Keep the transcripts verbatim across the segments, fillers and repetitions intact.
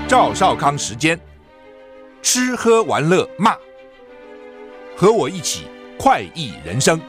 赵少康时间，吃喝玩乐骂，和我一起快意人生。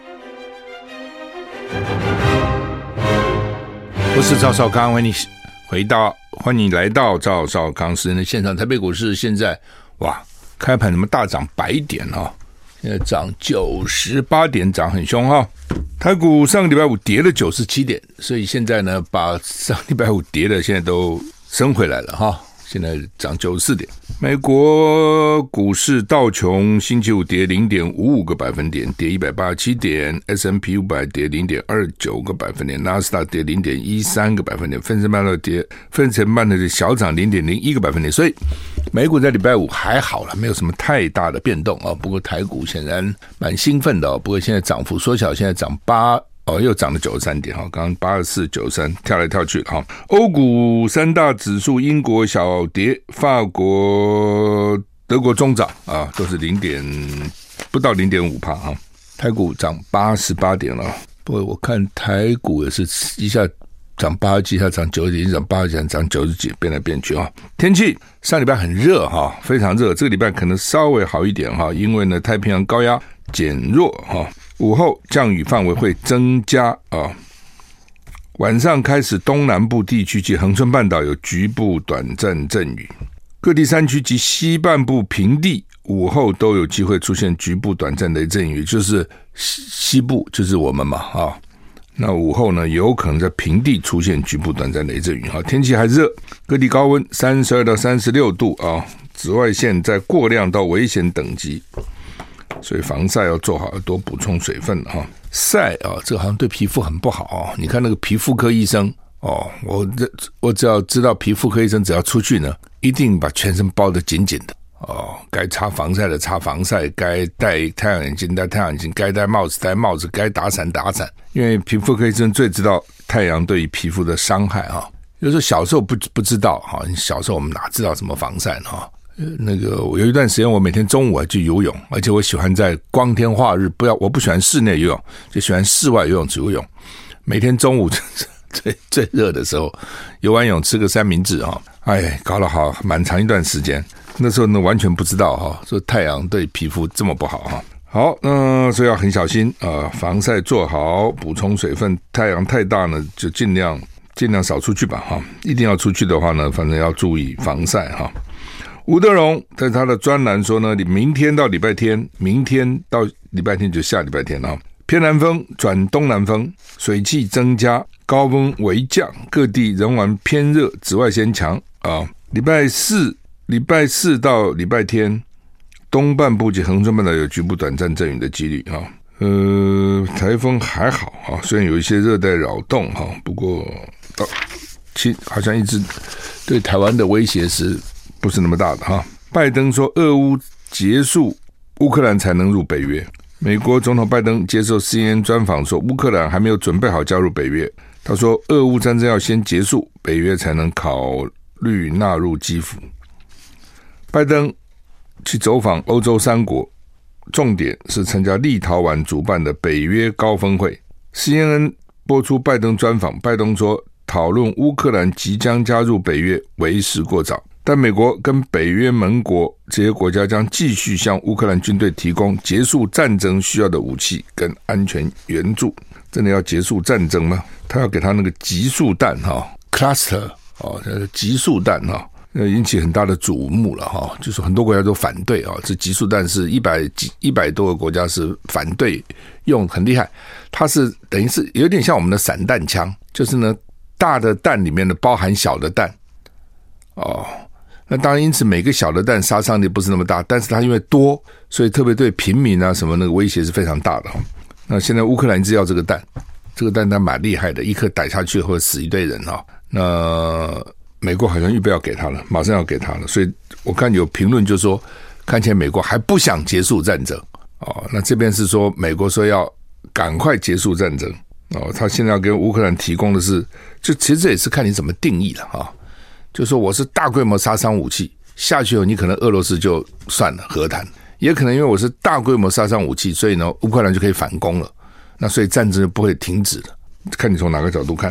我是赵少康，欢迎你回到，欢迎来到赵少康时间的现场。台北股市现在哇，开盘怎么大涨百点哦？现在涨九十八点，涨很凶哈、哦。台股上个礼拜五跌了九十七点，所以现在呢，把上礼拜五跌的现在都升回来了哈。现在涨九十四点。美国股市道琼星期五跌 零点五五 个百分点，跌一百八十七点 S and P 五百 跌 零点二九 个百分点，纳斯达克跌 零点一三 个百分点，费城半导体跌费城半导体小涨 零点零一 个百分点。所以美股在礼拜五还好了，没有什么太大的变动啊。不过台股显然蛮兴奋的哦，不过现在涨幅缩小，现在涨八哦，又涨了九十三点哈，刚刚八十四、九十三跳来跳去哈。欧股三大指数，英国小跌，法国、德国中涨啊，都是零点不到零点五趴哈。台股涨八十八点了，不过我看台股也是一下涨八十几，一下涨九十几，涨八十几，涨九十几，变来变去啊。天气上礼拜很热哈，非常热，这个礼拜可能稍微好一点哈，因为呢太平洋高压减弱哈。午后降雨范围会增加啊，晚上开始东南部地区及恒春半岛有局部短暂阵雨，各地山区及西半部平地午后都有机会出现局部短暂雷阵雨，就是西部就是我们嘛啊，那午后呢有可能在平地出现局部短暂雷阵雨啊，天气还热，各地高温三十二到三十六度啊，紫外线在过量到危险等级。所以防晒要做好，要多补充水分哈。晒啊，这个好像对皮肤很不好哦。你看那个皮肤科医生哦，我我只要知道皮肤科医生只要出去呢，一定把全身包得紧紧的哦。该擦防晒的擦防晒，该戴太阳眼镜戴太阳眼镜，该戴帽子戴帽子，该打伞打伞。因为皮肤科医生最知道太阳对于皮肤的伤害哈。有时候小时候不不知道哈，小时候我们哪知道怎么防晒呢哈。那个我有一段时间我每天中午还去游泳，而且我喜欢在光天化日，不要我不喜欢室内游泳，就喜欢室外游泳池游泳。每天中午最最热的时候游完泳吃个三明治哈，哎，搞了好蛮长一段时间。那时候呢完全不知道哈，说太阳对皮肤这么不好哈。好，那所以要很小心啊、呃，防晒做好，补充水分。太阳太大呢，就尽量尽量少出去吧哈。一定要出去的话呢，反正要注意防晒哈。吴德荣在他的专栏说呢，你明天到礼拜天，明天到礼拜天就下礼拜天啊，偏南风转东南风，水汽增加，高温微降，各地仍然偏热，紫外线强啊。礼拜四，礼拜四到礼拜天，东半部及恒春半岛有局部短暂阵雨的几率啊。呃，台风还好啊，虽然有一些热带扰动哈，不过到其好像一直对台湾的威胁是不是那么大的哈？拜登说，俄乌结束，乌克兰才能入北约。美国总统拜登接受 C N N 专访说，乌克兰还没有准备好加入北约。他说，俄乌战争要先结束，北约才能考虑纳入基辅。拜登去走访欧洲三国，重点是参加立陶宛主办的北约高峰会。C N N 播出拜登专访，拜登说，讨论乌克兰即将加入北约为时过早。但美国跟北约盟国这些国家将继续向乌克兰军队提供结束战争需要的武器跟安全援助。真的要结束战争吗？他要给他那个极速弹哈 ，cluster 哦，极速弹哈，引起很大的瞩目了哈。就是很多国家都反对啊，这极速弹是一百几一百多个国家是反对用，很厉害。它是等于是有点像我们的散弹枪，就是呢大的弹里面呢包含小的弹哦。那当然，因此每个小的弹杀伤力不是那么大，但是它因为多，所以特别对平民啊什么那个威胁是非常大的。那现在乌克兰一直要这个弹，这个弹它蛮厉害的，一颗逮下去会死一堆人哈。那美国好像预备要给他了，马上要给他了，所以我看有评论就说，看起来美国还不想结束战争哦。那这边是说美国说要赶快结束战争哦，他现在要给乌克兰提供的是，就其实这也是看你怎么定义了啊。就说我是大规模杀伤武器下去后，你可能俄罗斯就算了和谈，也可能因为我是大规模杀伤武器，所以呢乌克兰就可以反攻了，那所以战争就不会停止了，看你从哪个角度看。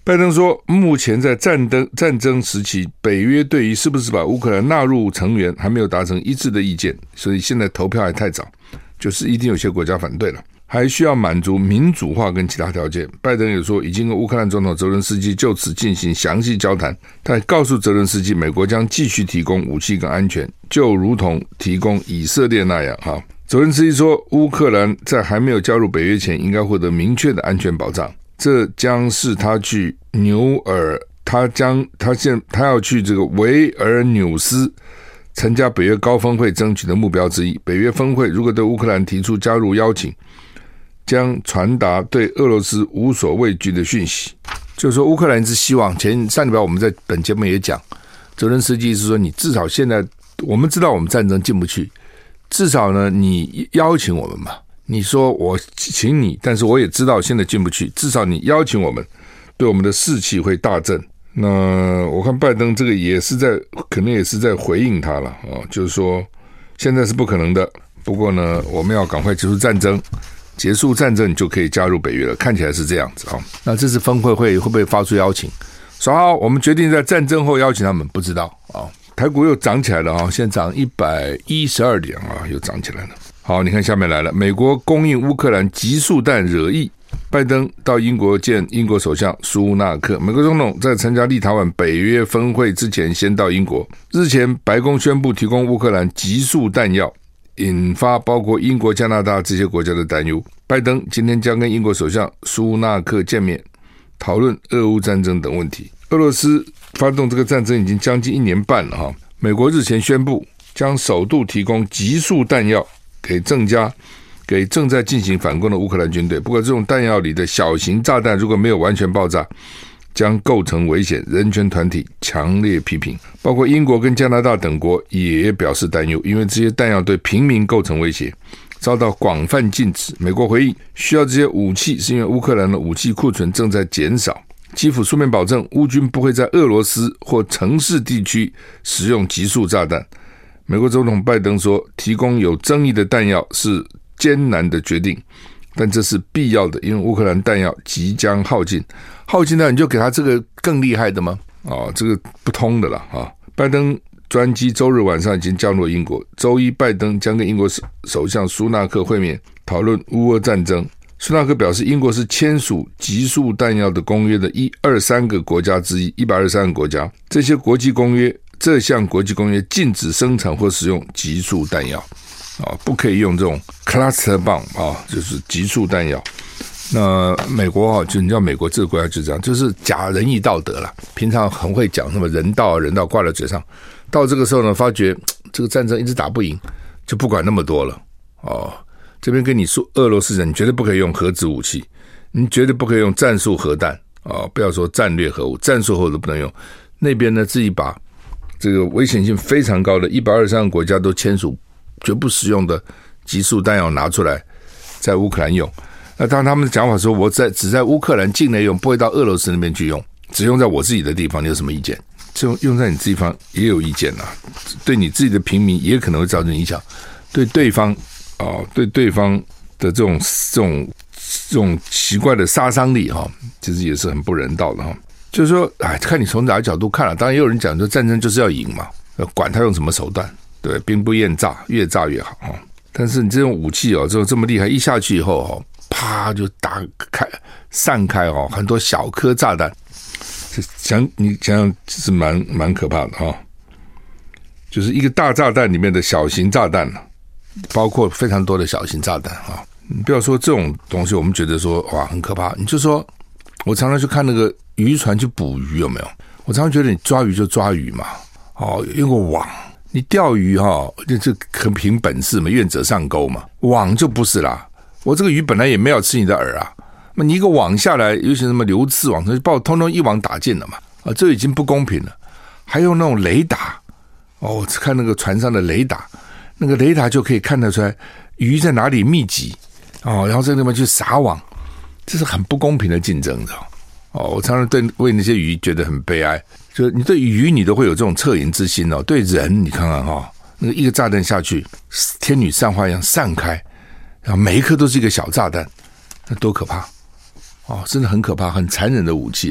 拜登说，目前在战争战争时期，北约对于是不是把乌克兰纳入成员还没有达成一致的意见，所以现在投票还太早，就是一定有些国家反对了，还需要满足民主化跟其他条件。拜登也说，已经跟乌克兰总统泽伦斯基就此进行详细交谈，他也告诉泽伦斯基，美国将继续提供武器跟安全，就如同提供以色列那样。哈，泽伦斯基说，乌克兰在还没有加入北约前，应该获得明确的安全保障。这将是他去纽尔，他将他现他要去这个维尔纽斯参加北约高峰会争取的目标之一。北约峰会如果对乌克兰提出加入邀请，将传达对俄罗斯无所畏惧的讯息。就是说，乌克兰是希望，前上礼拜我们在本节目也讲，泽伦斯基是说，你至少现在我们知道我们战争进不去，至少呢你邀请我们嘛。你说我请你，但是我也知道现在进不去，至少你邀请我们，对我们的士气会大振。那我看拜登这个也是在，可能也是在回应他了啊，就是说现在是不可能的，不过呢，我们要赶快结束战争，结束战争你就可以加入北约了，看起来是这样子啊。那这次峰会会会不会发出邀请？说好，我们决定在战争后邀请他们，不知道啊。台股又涨起来了啊，现在涨一百一十二点啊，又涨起来了。好，你看下面来了，美国供应乌克兰集束弹惹议，拜登到英国见英国首相苏纳克。美国总统在参加立陶宛北约峰会之前先到英国。日前白宫宣布提供乌克兰集束弹药，引发包括英国、加拿大这些国家的担忧。拜登今天将跟英国首相苏纳克见面，讨论俄乌战争等问题。俄罗斯发动这个战争已经将近一年半了哈。美国日前宣布将首度提供集束弹药给正加给正在进行反攻的乌克兰军队。不过这种弹药里的小型炸弹如果没有完全爆炸，将构成危险，人权团体强烈批评。包括英国跟加拿大等国也表示担忧，因为这些弹药对平民构成威胁，遭到广泛禁止。美国回应，需要这些武器是因为乌克兰的武器库存正在减少。基辅书面保证，乌军不会在俄罗斯或城市地区使用集束炸弹。美国总统拜登说，提供有争议的弹药是艰难的决定，但这是必要的，因为乌克兰弹药即将耗尽。耗尽了你就给他这个更厉害的吗？哦，这个不通的了啊！拜登专机周日晚上已经降落英国，周一拜登将跟英国首相苏纳克会面，讨论乌俄战争。苏纳克表示，英国是签署集束弹药的公约的一百二十三个国家之一，一百二十三个国家，这些国际公约。这项国际公约禁止生产或使用集束弹药，啊，不可以用这种 cluster bomb 啊，就是集束弹药。那美国啊，就你知道美国这个国家就这样，就是假仁义道德了。平常很会讲什么人道人道挂在嘴上，到这个时候呢，发觉这个战争一直打不赢，就不管那么多了。哦，这边跟你说，俄罗斯人你绝对不可以用核子武器，你绝对不可以用战术核弹啊，不要说战略核武，战术核武都不能用。那边呢，自己把这个危险性非常高的一百二十三个国家都签署绝不使用的集束弹药拿出来在乌克兰用。那当他们的讲法说，我在只在乌克兰境内用，不会到俄罗斯那边去用，只用在我自己的地方，你有什么意见？这种用在你自己地方也有意见啊，对你自己的平民也可能会造成影响，对对方啊、哦，对对方的这种这种这种奇怪的杀伤力哈、哦，其实也是很不人道的哈、哦。就是说，哎，看你从哪个角度看了、啊。当然，也有人讲说战争就是要赢嘛，管他用什么手段，对，兵不厌诈，越诈越好、哦。但是你这种武器哦，这种这么厉害，一下去以后哦，啪就打开散开哦，很多小颗炸弹，想你想想是蛮蛮可怕的哈、哦。就是一个大炸弹里面的小型炸弹，包括非常多的小型炸弹啊、哦。你不要说这种东西，我们觉得说哇很可怕，你就说。我常常去看那个渔船去捕鱼，有没有？我常常觉得你抓鱼就抓鱼嘛，哦，用个网，你钓鱼哈、哦，就很凭本事嘛，愿者上钩嘛。网就不是啦，我这个鱼本来也没有吃你的饵啊，那你一个网下来，尤其什么流刺网，就把我通通一网打尽了嘛，啊，这已经不公平了。还有那种雷达，哦，我看那个船上的雷达，那个雷达就可以看得出来鱼在哪里密集，哦，然后在那边去撒网。这是很不公平的竞争的哦！我常常对为那些鱼觉得很悲哀，就你对鱼你都会有这种恻隐之心哦，对人你看看哈、哦，那个一个炸弹下去，天女散花一样散开，然后每一颗都是一个小炸弹，那多可怕哦！真的很可怕，很残忍的武器啊！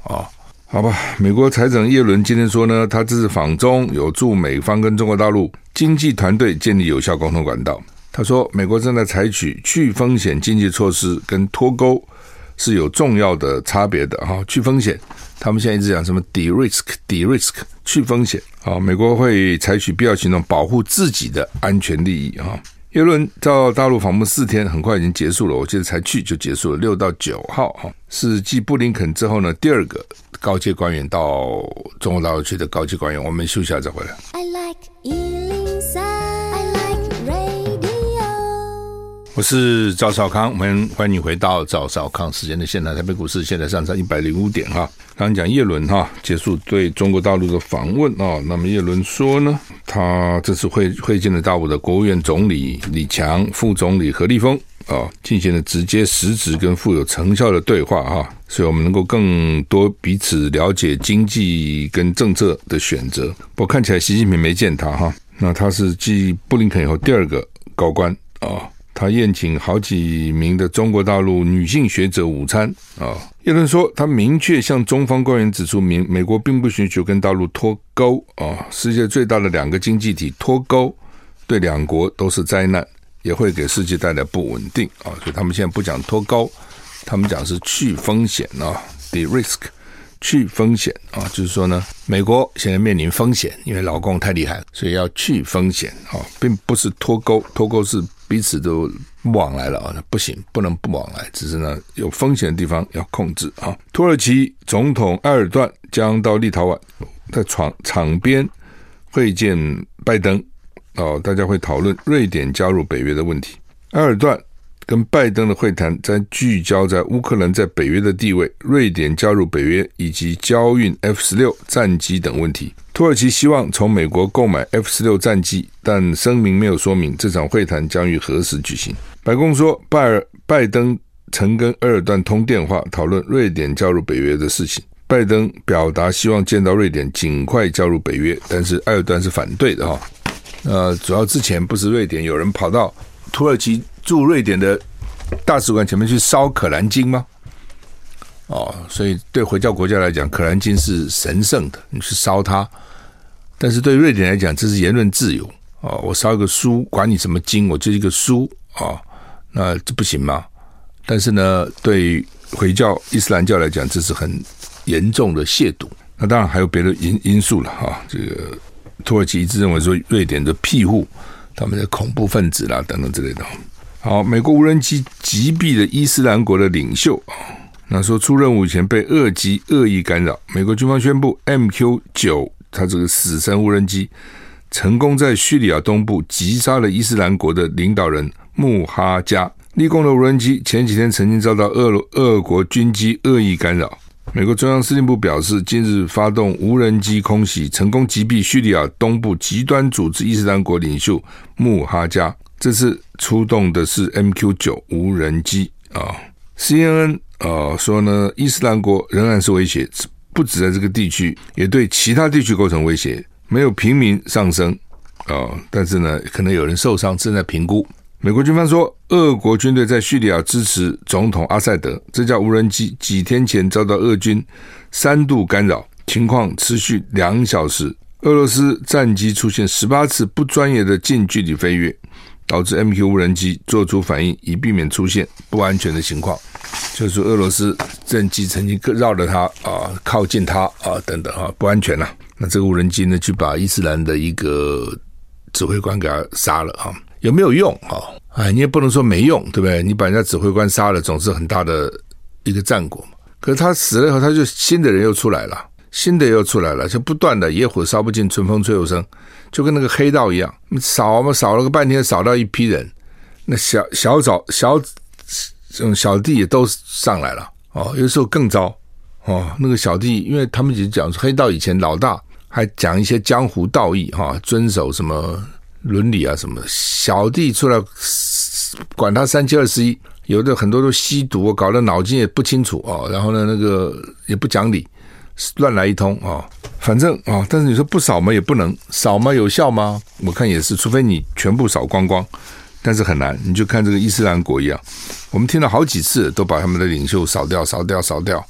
啊。好吧，美国财长耶伦今天说呢，他这次访中有助美方跟中国大陆经济团队建立有效沟通管道。他说，美国正在采取去风险经济措施，跟脱钩是有重要的差别的哈。去风险，他们现在一直讲什么 de-risk de-risk 去风险啊，美国会采取必要行动保护自己的安全利益哈。耶伦到大陆访问四天，很快已经结束了，我记得才去就结束了，六到九号哈，是继布林肯之后呢第二个高阶官员到中国大陆去的高阶官员。我们休息下再回来。I like 一零三 I like radio。 我是赵少康，我们欢迎回到赵少康时间的现场。台北股市现在上涨一百零五点哈。刚刚讲叶伦哈结束对中国大陆的访问啊，那么叶伦说呢，他这次会会见了大陆的国务院总理李强、副总理何立峰啊，进行了直接实质跟富有成效的对话哈，所以我们能够更多彼此了解经济跟政策的选择。不过看起来习近平没见他哈，那他是继布林肯以后第二个高官啊。他宴请好几名的中国大陆女性学者午餐啊。耶伦说，他明确向中方官员指出，美国并不寻求跟大陆脱钩啊。世界最大的两个经济体脱钩，对两国都是灾难，也会给世界带来不稳定啊。所以他们现在不讲脱钩，他们讲是去风险啊 ，de-risk 去风险啊，就是说呢，美国现在面临风险，因为老共太厉害，所以要去风险啊，并不是脱钩，脱钩是彼此都不往来了啊，不行，不能不往来，只是呢有风险的地方要控制啊。土耳其总统埃尔段将到立陶宛，在场场边会见拜登哦，大家会讨论瑞典加入北约的问题。埃尔段跟拜登的会谈在聚焦在乌克兰在北约的地位、瑞典加入北约以及交运 F 十六 战机等问题。土耳其希望从美国购买 F 十六 战机，但声明没有说明这场会谈将于何时举行。白宫说，拜尔拜登曾跟埃尔段通电话讨论瑞典加入北约的事情。拜登表达希望见到瑞典尽快加入北约，但是埃尔段是反对的哈。呃，主要之前不是瑞典有人跑到土耳其驻瑞典的大使馆前面去烧可兰经吗？哦，所以对回教国家来讲，可兰经是神圣的，你去烧它。但是对瑞典来讲，这是言论自由哦，我烧一个书，管你什么经，我就一个书哦，那这不行吗？但是呢，对回教伊斯兰教来讲，这是很严重的亵渎。那当然还有别的因因素了哈，这个土耳其一直认为说瑞典的庇护他们的恐怖分子啦等等之类的。好，美国无人机击毙了伊斯兰国的领袖，那说出任务以前被恶击恶意干扰。美国军方宣布 M Q 九 它这个死神无人机成功在叙利亚东部击杀了伊斯兰国的领导人穆哈加。立功的无人机前几天曾经遭到俄俄国军机恶意干扰。美国中央司令部表示，今日发动无人机空袭，成功击毙叙利亚东部极端组织伊斯兰国领袖穆哈加。这次出动的是 M Q 九 无人机啊。C N N 呃说呢，伊斯兰国仍然是威胁，不止在这个地区，也对其他地区构成威胁。没有平民上升啊、呃，但是呢，可能有人受伤，正在评估。美国军方说，俄国军队在叙利亚支持总统阿塞德，这架无人机几天前遭到俄军三度干扰，情况持续两小时。俄罗斯战机出现十八次不专业的近距离飞跃，导致 M Q 无人机做出反应，以避免出现不安全的情况。就是俄罗斯战机曾经绕着它啊，靠近它啊，等等啊，不安全了。那这个无人机呢，去把伊斯兰的一个指挥官给他杀了啊。有没有用啊？哎，你也不能说没用，对不对？你把人家指挥官杀了，总是很大的一个战果嘛。可是他死了以后，他就新的人又出来了，新的又出来了，就不断的野火烧不尽，春风吹又生，就跟那个黑道一样，扫嘛扫了个半天，扫到一批人，那小小早小这种小弟也都上来了哦，有时候更糟哦。那个小弟，因为他们只是讲黑道以前老大还讲一些江湖道义哈、哦，遵守什么伦理啊什么的，小弟出来管他三七二十一，有的很多都吸毒，搞得脑筋也不清楚哦，然后呢那个也不讲理，乱来一通哦。反正啊、哦，但是你说不扫嘛也不能，扫嘛有效吗？我看也是，除非你全部扫光光，但是很难。你就看这个伊斯兰国一样，我们听了好几次都把他们的领袖扫掉扫掉扫掉，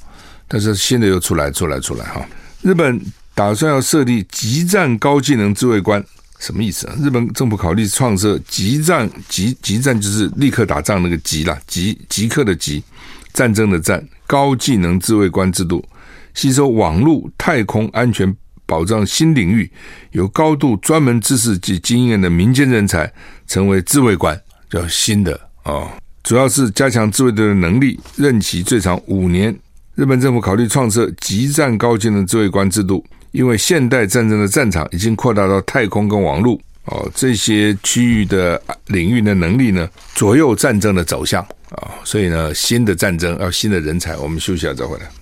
但是新的又出来出来出来哈。日本打算要设立极战高技能自卫官，什么意思啊？日本政府考虑创设极战极极战就是立刻打仗那个极啦，极极刻的极，战争的战，高技能自卫官制度，吸收网络太空安全保障新领域有高度专门知识及经验的民间人才成为自卫官，叫新的哦，主要是加强自卫队的能力，任期最长五年。日本政府考虑创设极战高技能自卫官制度，因为现代战争的战场已经扩大到太空跟网络哦，这些区域的领域的能力呢，左右战争的走向啊、哦，所以呢，新的战争要新的人才。我们休息一下再回来。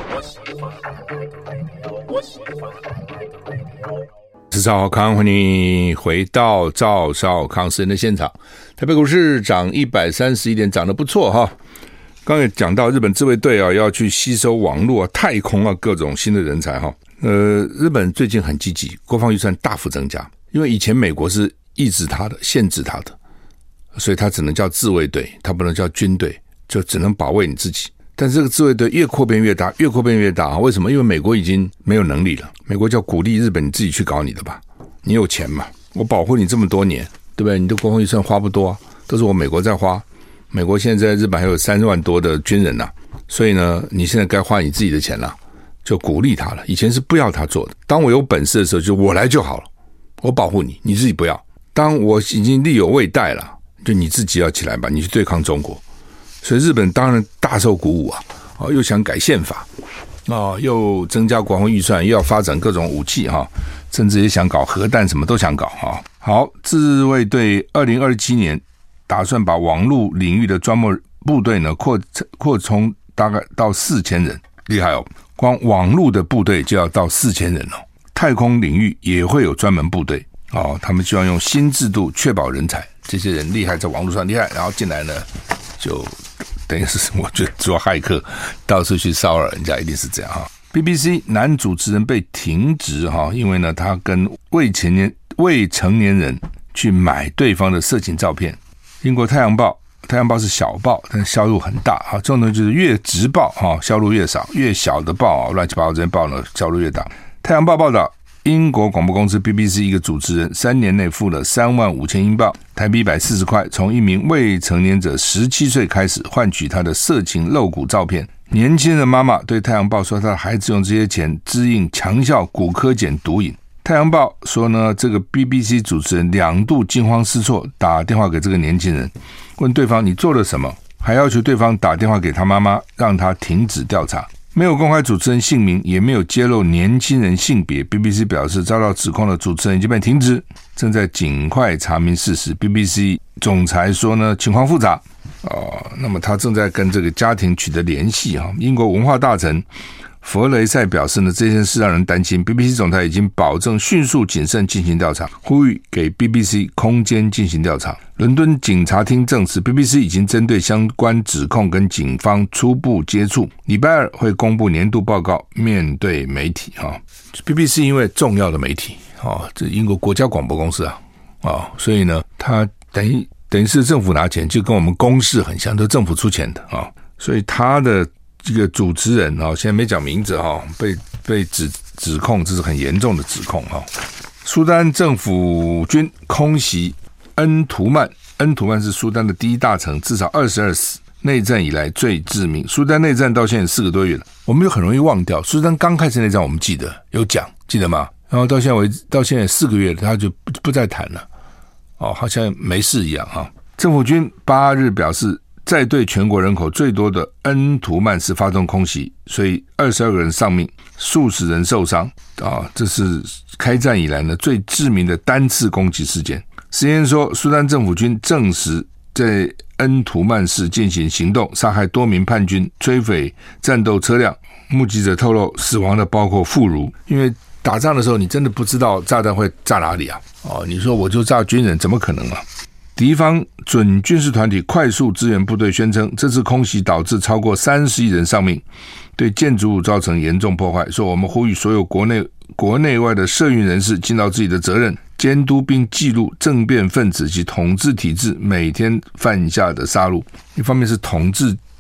是赵少康，欢迎回到赵少康时间的现场。台北股市涨一百三十一点，涨得不错哈。刚才也讲到日本自卫队啊，要去吸收网络啊、太空啊各种新的人才哈。呃，日本最近很积极，国防预算大幅增加，因为以前美国是抑制他的、限制他的，所以他只能叫自卫队，他不能叫军队，就只能保卫你自己。但是这个自卫队越扩编越大，越扩编越大，为什么？因为美国已经没有能力了，美国叫鼓励日本你自己去搞你的吧，你有钱嘛，我保护你这么多年，对不对？你的国防预算花不多啊，都是我美国在花。美国现在在日本还有三万多的军人呐、啊，所以呢，你现在该花你自己的钱了，就鼓励他了。以前是不要他做的，当我有本事的时候，就我来就好了，我保护你，你自己不要。当我已经力有未逮了，就你自己要起来吧，你去对抗中国。所以日本当然大受鼓舞啊，哦，又想改宪法，哦，又增加国防预算，又要发展各种武器哈，甚至也想搞核弹，什么都想搞哈。好，自卫队二零二七年打算把网络领域的专门部队呢扩扩充大概到四千人，厉害哦！光网络的部队就要到四千人哦。太空领域也会有专门部队哦，他们希望用新制度确保人才，这些人厉害，在网络上厉害，然后进来呢就。等于是我觉得做骇客到处去骚扰人家，一定是这样哈。B B C 男主持人被停职哈，因为呢他跟未成年未成年人去买对方的色情照片。英国太阳报，太阳报是小报，但销路很大哈。重点就是越直报哈销路越少，越小的报乱七八糟这些报呢销路越大。太阳报报道，英国广播公司 B B C 一个主持人三年内付了三万五千英镑，台币一百四十块，从一名未成年者十七岁开始换取他的色情露骨照片。年轻的妈妈对太阳报说，他的孩子用这些钱支应强效骨科碱毒瘾。太阳报说呢，这个 B B C 主持人两度惊慌失措，打电话给这个年轻人，问对方你做了什么，还要求对方打电话给他妈妈，让他停止调查。没有公开主持人姓名，也没有揭露年轻人性别。 B B C 表示，遭到指控的主持人已经被停职，正在尽快查明事实。 B B C 总裁说呢，情况复杂、哦、那么他正在跟这个家庭取得联系、啊、英国文化大臣弗雷塞表示呢，这件事让人担心。 B B C 总裁已经保证迅速谨慎进行调查，呼吁给 B B C 空间进行调查。伦敦警察厅证实 B B C 已经针对相关指控跟警方初步接触，礼拜二会公布年度报告，面对媒体、哦、B B C 因为重要的媒体、哦、这英国国家广播公司啊、哦、所以呢它等于等于是政府拿钱，就跟我们公视很像，都政府出钱的、哦、所以它的这个主持人、哦、现在没讲名字、哦、被被指指控，这是很严重的指控、哦、苏丹政府军空袭恩图曼，恩图曼是苏丹的第一大城，至少二十二死，内战以来最致命。苏丹内战到现在四个多月了，我们就很容易忘掉。苏丹刚开始内战我们记得有讲，记得吗？然后到现在为止，到现在四个月了，他就不不再谈了，哦，好像没事一样哈。政府军八日表示，在对全国人口最多的恩图曼市发动空袭，所以二十二个人丧命，数十人受伤啊！这是开战以来呢最致命的单次攻击事件。实验说，苏丹政府军证实在恩图曼市进行行动，杀害多名叛军，摧毁战斗车辆。目击者透露，死亡的包括妇孺，因为打仗的时候你真的不知道炸弹会炸哪里啊！哦，你说我就炸军人，怎么可能啊？敌方准军事团体快速支援部队宣称，这次空袭导致超过三十亿人丧命，对建筑物造成严重破坏。说我们呼吁所有国内国内外的社运人士尽到自己的责任，监督并记录政变分子及统治体制每天犯下的杀戮。一方面是统治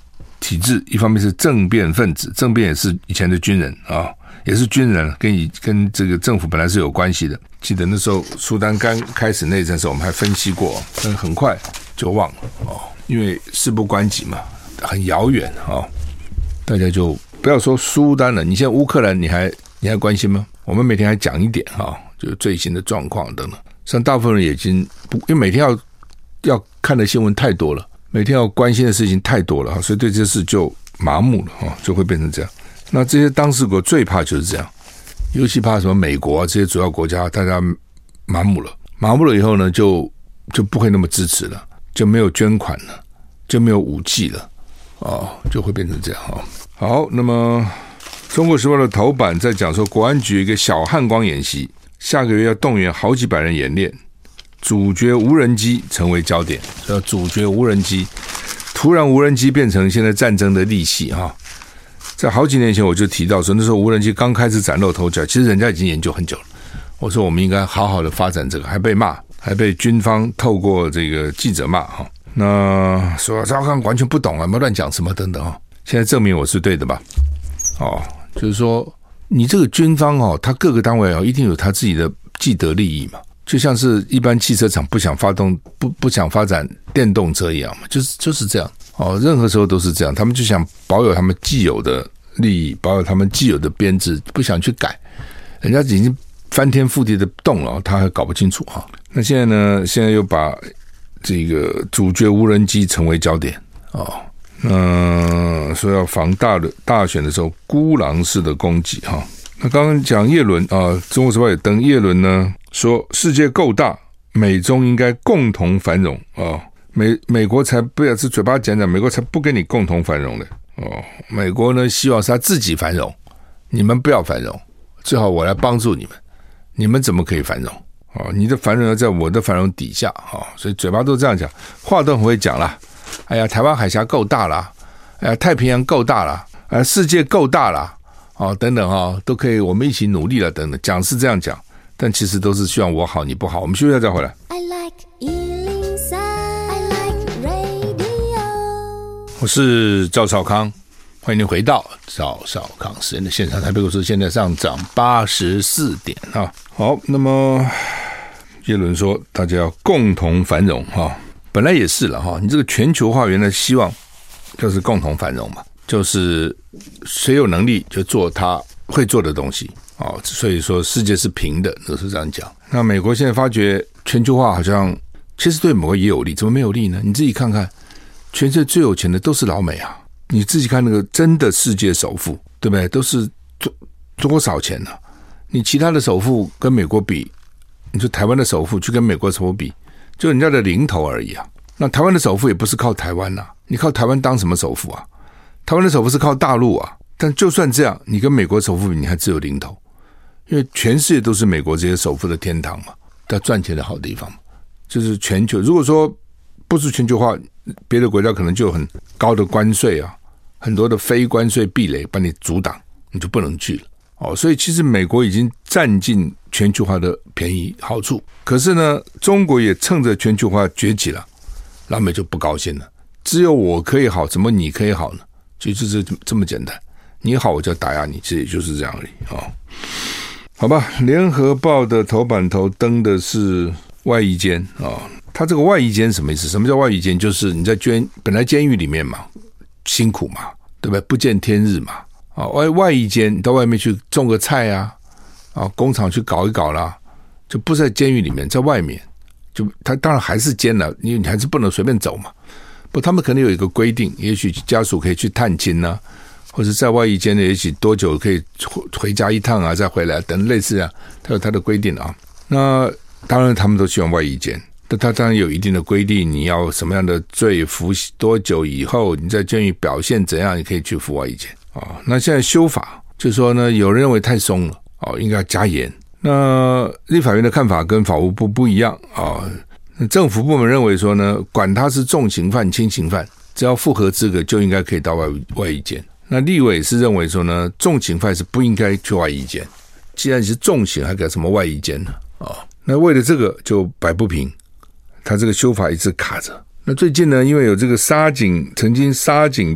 体制，一方面是政变分子，政变也是以前的军人啊，也是军人，跟以跟这个政府本来是有关系的。记得那时候苏丹刚开始内战的时候，我们还分析过，但是很快就忘了哦，因为事不关己嘛，很遥远哦，大家就不要说苏丹了，你现在乌克兰你还你还关心吗？我们每天还讲一点哈、哦，就是最新的状况等等。像大部分人已经不，因为每天要要看的新闻太多了，每天要关心的事情太多了，所以对这事就麻木了，就会变成这样。那这些当事国最怕就是这样，尤其怕什么美国啊这些主要国家，大家麻木了，麻木了以后呢，就就不会那么支持了，就没有捐款了，就没有武器了，哦，就会变成这样哦。好，那么《中国时报》的头版在讲说，国安局一个小汉光演习。下个月要动员好几百人演练，主角无人机成为焦点。要主角无人机，突然无人机变成现在战争的利器哈。在好几年前我就提到说，那时候无人机刚开始崭露头角，其实人家已经研究很久了。我说我们应该好好的发展这个，还被骂，还被军方透过这个记者骂哈。那说赵康完全不懂啊，没乱讲什么等等哦。现在证明我是对的吧？哦，就是说。你这个军方哦，他各个单位哦，一定有他自己的既得利益嘛，就像是一般汽车厂不想发动不不想发展电动车一样嘛，就是就是这样哦，任何时候都是这样，他们就想保有他们既有的利益，保有他们既有的编制，不想去改，人家已经翻天覆地的动了，他还搞不清楚哈。那现在呢，现在又把这个主角无人机成为焦点哦。嗯，说要防大的大选的时候孤狼式的攻击哈。那刚刚讲叶伦啊，中国时报也登叶伦呢说，世界够大，美中应该共同繁荣啊。美美国才不要是嘴巴讲讲，美国才不跟你共同繁荣的哦。美国呢希望是他自己繁荣，你们不要繁荣，最好我来帮助你们，你们怎么可以繁荣哦？你的繁荣要在我的繁荣底下啊，所以嘴巴都这样讲，话都很会讲啦。哎呀，台湾海峡够大啦，哎呀，太平洋够大啦，哎，世界够大啦，哦，等等哦，都可以，我们一起努力了，等等，讲是这样讲，但其实都是希望我好，你不好。我们休息一下再回来。I like 一零三 I like radio。我是赵少康，欢迎您回到赵少康时间的现场。台北股市现在上涨八十四点啊。好，那么叶伦说，大家要共同繁荣哈。本来也是了哈，你这个全球化原来希望就是共同繁荣嘛，就是谁有能力就做他会做的东西哦，所以说世界是平的，都是这样讲。那美国现在发觉全球化好像其实对美国也有利，怎么没有利呢？你自己看看，全世界最有钱的都是老美啊，你自己看那个真的世界首富，对不对？都是多多少钱呢、啊？你其他的首富跟美国比，你说台湾的首富去跟美国首富比，就人家的零头而已啊。那台湾的首富也不是靠台湾啊，你靠台湾当什么首富啊？台湾的首富是靠大陆啊。但就算这样，你跟美国首富比，你还只有零头，因为全世界都是美国这些首富的天堂嘛，他赚钱的好地方嘛，就是全球。如果说不是全球化，别的国家可能就有很高的关税啊，很多的非关税壁垒把你阻挡，你就不能去了。哦，所以其实美国已经占尽全球化的便宜好处，可是呢，中国也趁着全球化崛起了，老美就不高兴了。只有我可以好，怎么你可以好呢？其实就是这么简单，你好我就打压你，这也就是这样而已啊、哦。好吧，联合报的头版头登的是外衣间啊、哦，它这个外衣间什么意思？什么叫外衣间？就是你在监本来监狱里面嘛，辛苦嘛，对不对？不见天日嘛。啊，外外一间，你到外面去种个菜啊，啊，工厂去搞一搞啦，就不在监狱里面，在外面，就他当然还是监了，因为你还是不能随便走嘛。不，他们可能有一个规定，也许家属可以去探亲呐、啊，或者在外一间的，也许多久可以回家一趟啊，再回来等类似啊，他有他的规定啊。那当然他们都希望外一间，但他当然有一定的规定，你要什么样的罪，服多久以后，你在监狱表现怎样，你可以去服外一间。哦，那现在修法就是说呢，有人认为太松了哦，应该要加严。那立法院的看法跟法务部不一样啊、哦，政府部门认为说呢，管他是重刑犯、轻刑犯，只要符合资格就应该可以到外外衣间。那立委是认为说呢，重刑犯是不应该去外衣间，既然你是重刑，还搞什么外衣间呢？啊、哦，那为了这个就摆不平，他这个修法一直卡着。那最近呢，因为有这个杀警曾经杀警的。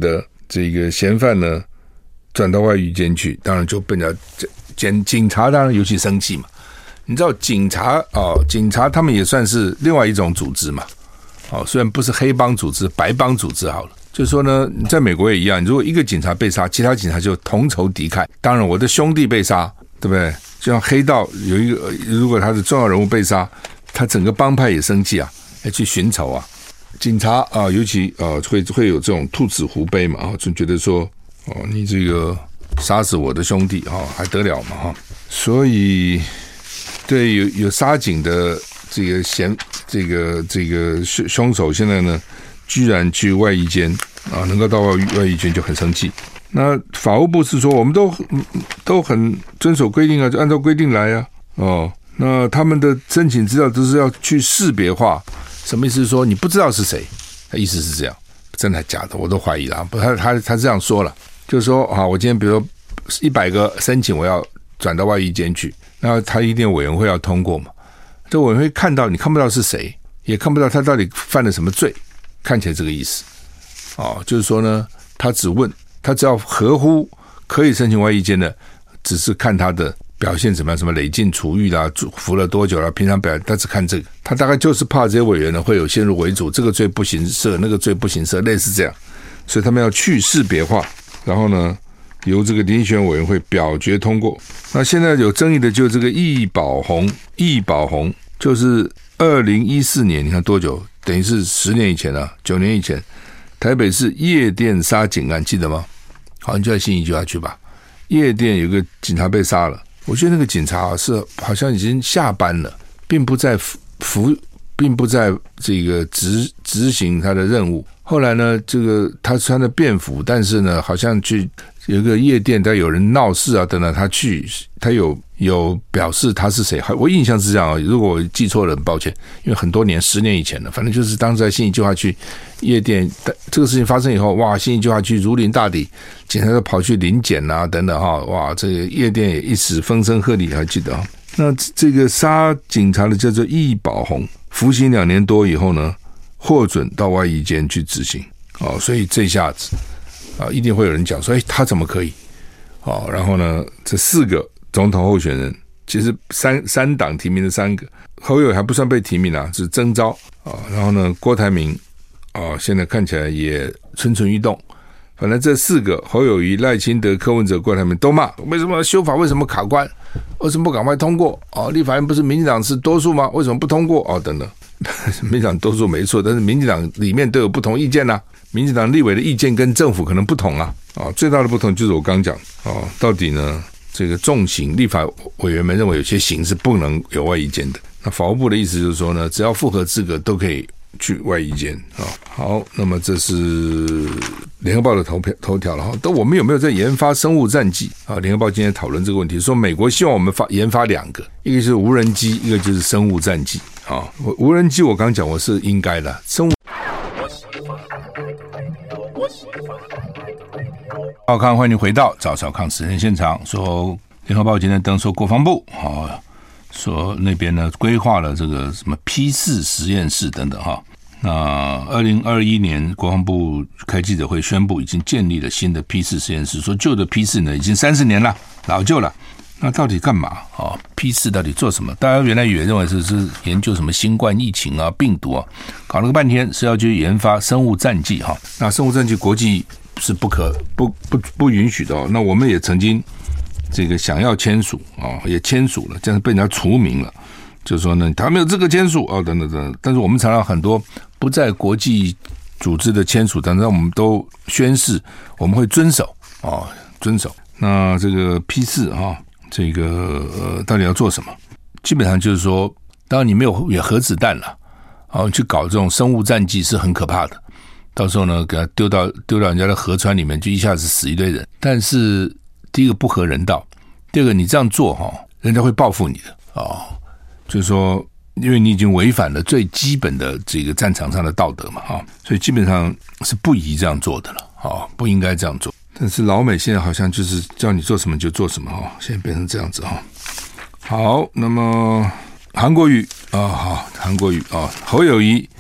这个嫌犯呢转到外狱监去，当然就被人家警警察当然尤其生气嘛。你知道警察哦，警察他们也算是另外一种组织嘛。哦，虽然不是黑帮组织，白帮组织好了。就是说呢，在美国也一样，如果一个警察被杀，其他警察就同仇敌忾。当然，我的兄弟被杀，对不对？就像黑道有一个，如果他的重要人物被杀，他整个帮派也生气啊，要去寻仇啊。警察啊，尤其啊会会有这种兔子狐悲嘛，啊，就觉得说，哦，你这个杀死我的兄弟啊，还得了嘛哈？所以，对有有杀警的这个嫌这个这个凶手，现在呢，居然去外役监啊，能够到外外役监就很生气。那法务部是说，我们都都很遵守规定啊，就按照规定来啊。哦，那他们的申请资料都是要去识别化，什么意思？是说你不知道是谁？他意思是这样，真的还假的？我都怀疑了。他他他这样说了，就是说啊，我今天比如说一百个申请，我要转到外役监去，那他一定委员会要通过嘛。这委员会看到你看不到是谁，也看不到他到底犯了什么罪，看起来这个意思。哦，就是说呢，他只问。他只要合乎可以申请外役监的，只是看他的表现怎么样，什么累进处遇啦，服了多久啦，平常表现，他只看这个。他大概就是怕这些委员呢会有先入为主，这个罪不行赦，那个罪不行赦，类似这样，所以他们要去识别化，然后呢由这个遴选委员会表决通过。那现在有争议的就是这个易宝红，易宝红就是二零一四年，你看多久？等于是十年以前啊，九年以前。台北市夜店杀警案，记得吗？好像就在信义区下去吧。夜店有个警察被杀了，我觉得那个警察是好像已经下班了，并不在服，并不在这个执执行他的任务。后来呢，这个他穿的便服，但是呢，好像去有一个夜店，但有人闹事啊等等，他去，他有有表示他是谁？我印象是这样啊，如果我记错了，很抱歉，因为很多年，十年以前了，反正就是当时在信义计划区夜店，这个事情发生以后，哇，信义计划区如临大敌，警察都跑去临检啊等等哈，哇，这个夜店也一时风声鹤唳，还记得啊？那这个杀警察的叫做易宝红，服刑两年多以后呢，获准到外役监去执行哦，所以这下子啊，一定会有人讲说，哎，他怎么可以？哦，然后呢，这四个总统候选人，其实三三党提名的三个，侯友宜还不算被提名啊，是征召啊。然后呢，郭台铭啊，现在看起来也蠢蠢欲动。反正这四个，侯友宜、赖清德、柯文哲、郭台铭都骂，为什么要修法？为什么卡关？为什么不赶快通过？哦，立法院不是民进党是多数吗？为什么不通过？哦，等等，民进党多数没错，但是民进党里面都有不同意见啊。民进党立委的意见跟政府可能不同啊。哦，最大的不同就是我刚讲哦，到底呢，这个重刑立法委员们认为有些刑是不能有外役监的。那法务部的意思就是说呢，只要符合资格都可以去外役监啊。好，那么这是联合报的头头条了哈。但我们有没有在研发生物战剂啊？联合报今天讨论这个问题，说美国希望我们发研发两个，一个就是无人机，一个就是生物战剂啊。无人机我刚讲我是应该的，生物。赵康，欢迎回到赵少康时间现场。说联合报今天登说国防部啊，说那边呢规划了这个什么 P 四 实验室等等哈。那二零二一年国防部开记者会宣布，已经建立了新的 P 四 实验室，说旧的 P 四 呢已经三十年了，老旧了。那到底干嘛啊 ？P 四 到底做什么？大家原来以为认为是是研究什么新冠疫情啊、病毒啊，搞了个半天是要去研发生物战剂哈。那生物战剂国际是不可不不不允许的哦。那我们也曾经这个想要签署啊，也签署了，但是被人家除名了，就是说呢，他没有资格签署哦，等等等等。但是我们常常很多不在国际组织的签署，但是我们都宣誓我们会遵守啊，遵守。那这个 P 四 啊。这个呃，到底要做什么？基本上就是说，当然你没有也核子弹了，然后去搞这种生物战剂是很可怕的。到时候呢，给它丢到丢到人家的河川里面，就一下子死一堆人。但是第一个不合人道，第二个你这样做哈，人家会报复你的哦。就是说，因为你已经违反了最基本的这个战场上的道德嘛，哈，所以基本上是不宜这样做的了，哦，不应该这样做。但是老美现在好像就是叫你做什么就做什么哈，现在变成这样子哈。好，那么韩国瑜啊，好，韩国瑜啊，侯友宜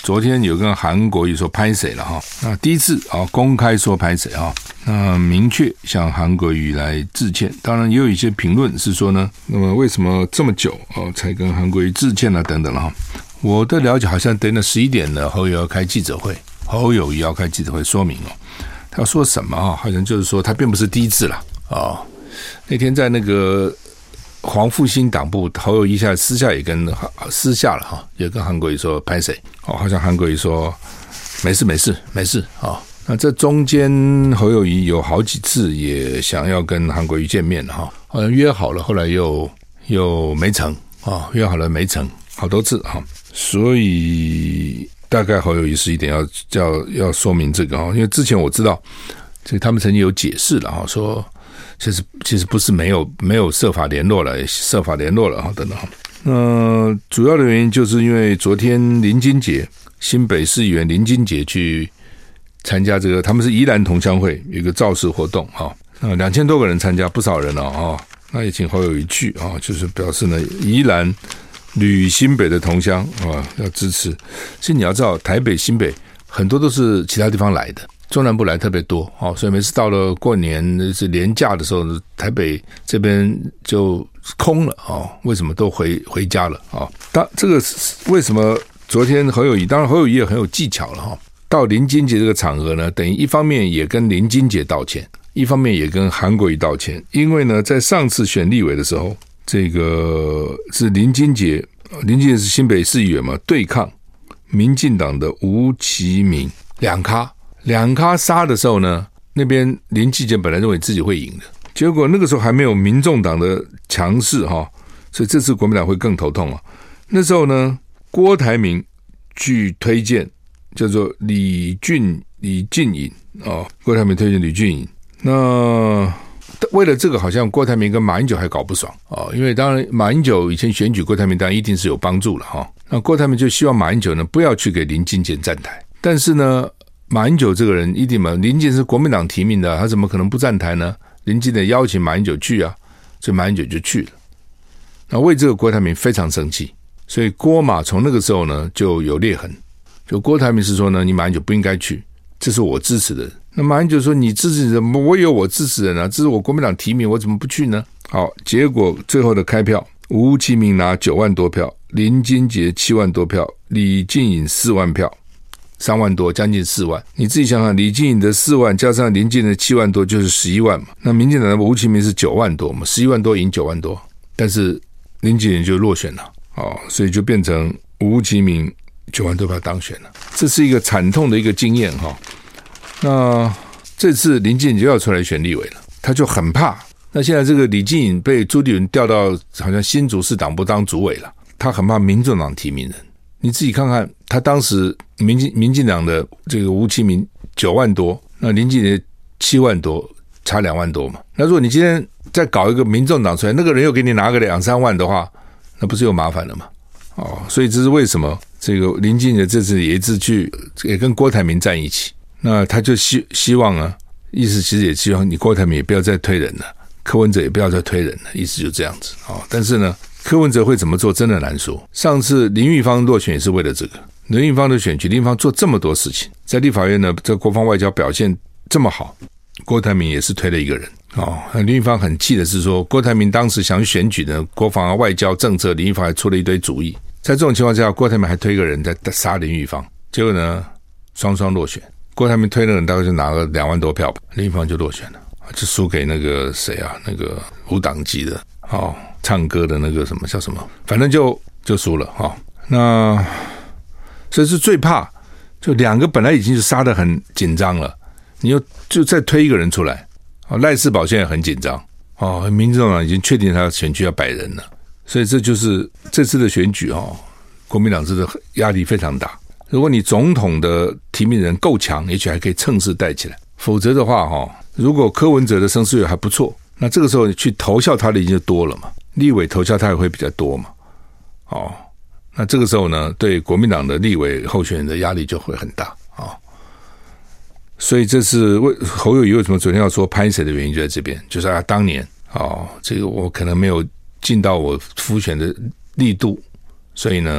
昨天有跟韩国瑜说拍谁了哈，那第一次啊公开说拍谁啊，那明确向韩国瑜来致歉。当然也有一些评论是说呢，那么为什么这么久哦才跟韩国瑜致歉啊等等了哈。我的了解好像等了十一点了，侯友宜要开记者会，侯友宜要开记者会说明哦，他要说什么啊？好像就是说他并不是第一次了哦。那天在那个黄复兴党部，侯友宜下私下也跟私下了哈，也跟韩国瑜说拍谁哦，好像韩国瑜说没事没事没事啊、哦。那这中间侯友宜有好几次也想要跟韩国瑜见面哈，好像约好了，后来又又没成啊、哦，约好了没成，好多次哈、哦，所以大概侯友宜是一点要要要说明这个哈，因为之前我知道，所以他们曾经有解释了哈，说。其实其实不是没有没有设法联络了，设法联络了哈等等。那主要的原因就是因为昨天林金杰新北市议员林金杰去参加这个，他们是宜兰同乡会有一个造势活动哈，那两千多个人参加，不少人哦哈。那也请侯友宜去啊，就是表示呢宜兰旅新北的同乡啊要支持。其实你要知道，台北新北很多都是其他地方来的。中南部来特别多哦，所以每次到了过年是连假的时候，台北这边就空了哦。为什么都回回家了啊？当这个为什么昨天侯友宜，当然侯友宜也很有技巧了哈。到林金杰这个场合呢，等于一方面也跟林金杰道歉，一方面也跟韩国瑜道歉，因为呢，在上次选立委的时候，这个是林金杰，林金杰是新北市议员嘛，对抗民进党的吴其明两咖。两咖杀的时候呢，那边林金杰本来认为自己会赢的，结果那个时候还没有民众党的强势哈，所以这次国民党会更头痛啊。那时候呢，郭台铭去推荐叫做李俊李俊颖哦，郭台铭推荐李俊颖。那为了这个，好像郭台铭跟马英九还搞不爽哦，因为当然马英九以前选举郭台铭，当然一定是有帮助了哈。那郭台铭就希望马英九呢不要去给林金杰站台，但是呢。马英九这个人一定嘛，林金是国民党提名的，他怎么可能不站台呢？林金的邀请马英九去啊，所以马英九就去了。那为这个郭台铭非常生气，所以郭马从那个时候呢就有裂痕。就郭台铭是说呢，你马英九不应该去，这是我支持的人。那马英九说，你支持人，我也有我支持的人啊，这是我国民党提名，我怎么不去呢？好，结果最后的开票，吴其明拿九万多票，林金杰七万多票，李进颖四万票。三万多，将近四万。你自己想想，李进颖的四万加上林进的七万多，就是十一万嘛。那民进党的吴其明是九万多嘛，十一万多赢九万多，但是林进颖就落选了哦，所以就变成吴其明九万多票当选了。这是一个惨痛的一个经验哈、哦。那这次林进颖就要出来选立委了，他就很怕。那现在这个李进颖被朱立伦调到好像新竹市党部当主委了，他很怕民众党提名人。你自己看看，他当时民进民进党的这个吴其明九万多，那林进的七万多，差两万多嘛。那如果你今天再搞一个民众党出来，那个人又给你拿个两三万的话，那不是又麻烦了吗？哦，所以这是为什么这个林进的这次也一直去也跟郭台铭站一起，那他就希希望啊，意思其实也希望你郭台铭也不要再推人了，柯文哲也不要再推人了，意思就这样子啊、哦。但是呢。柯文哲会怎么做真的难说，上次林玉芳落选也是为了这个，林玉芳的选举，林玉芳做这么多事情，在立法院呢这国防外交表现这么好，郭台铭也是推了一个人哦。林玉芳很气的是说，郭台铭当时想选举的国防啊外交政策，林玉芳还出了一堆主意，在这种情况下，郭台铭还推一个人在杀林玉芳，结果呢双双落选，郭台铭推那个人大概就拿了两万多票吧，林玉芳就落选了，就输给那个谁啊，那个无党籍的哦。唱歌的那个什么叫什么，反正就就输了哈、哦。那这是最怕，就两个本来已经是杀得很紧张了，你又就再推一个人出来。哦，赖士葆现在很紧张哦，民众党已经确定他选区要百人了，所以这就是这次的选举哦，国民党真的压力非常大。如果你总统的提名人够强，也许还可以趁势带起来，否则的话哈、哦，如果柯文哲的声势还不错，那这个时候去投效他的已经多了嘛。立委投效他也会比较多嘛，哦，那这个时候呢，对国民党的立委候选人的压力就会很大啊、哦。所以这是为侯友宜为什么昨天要说拍谁的原因就在这边，就是他当年哦，这个我可能没有尽到我辅选的力度，所以呢，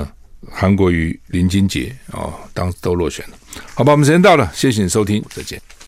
韩国瑜、林金杰哦，当时都落选了。好吧，我们时间到了，谢谢你收听，再见。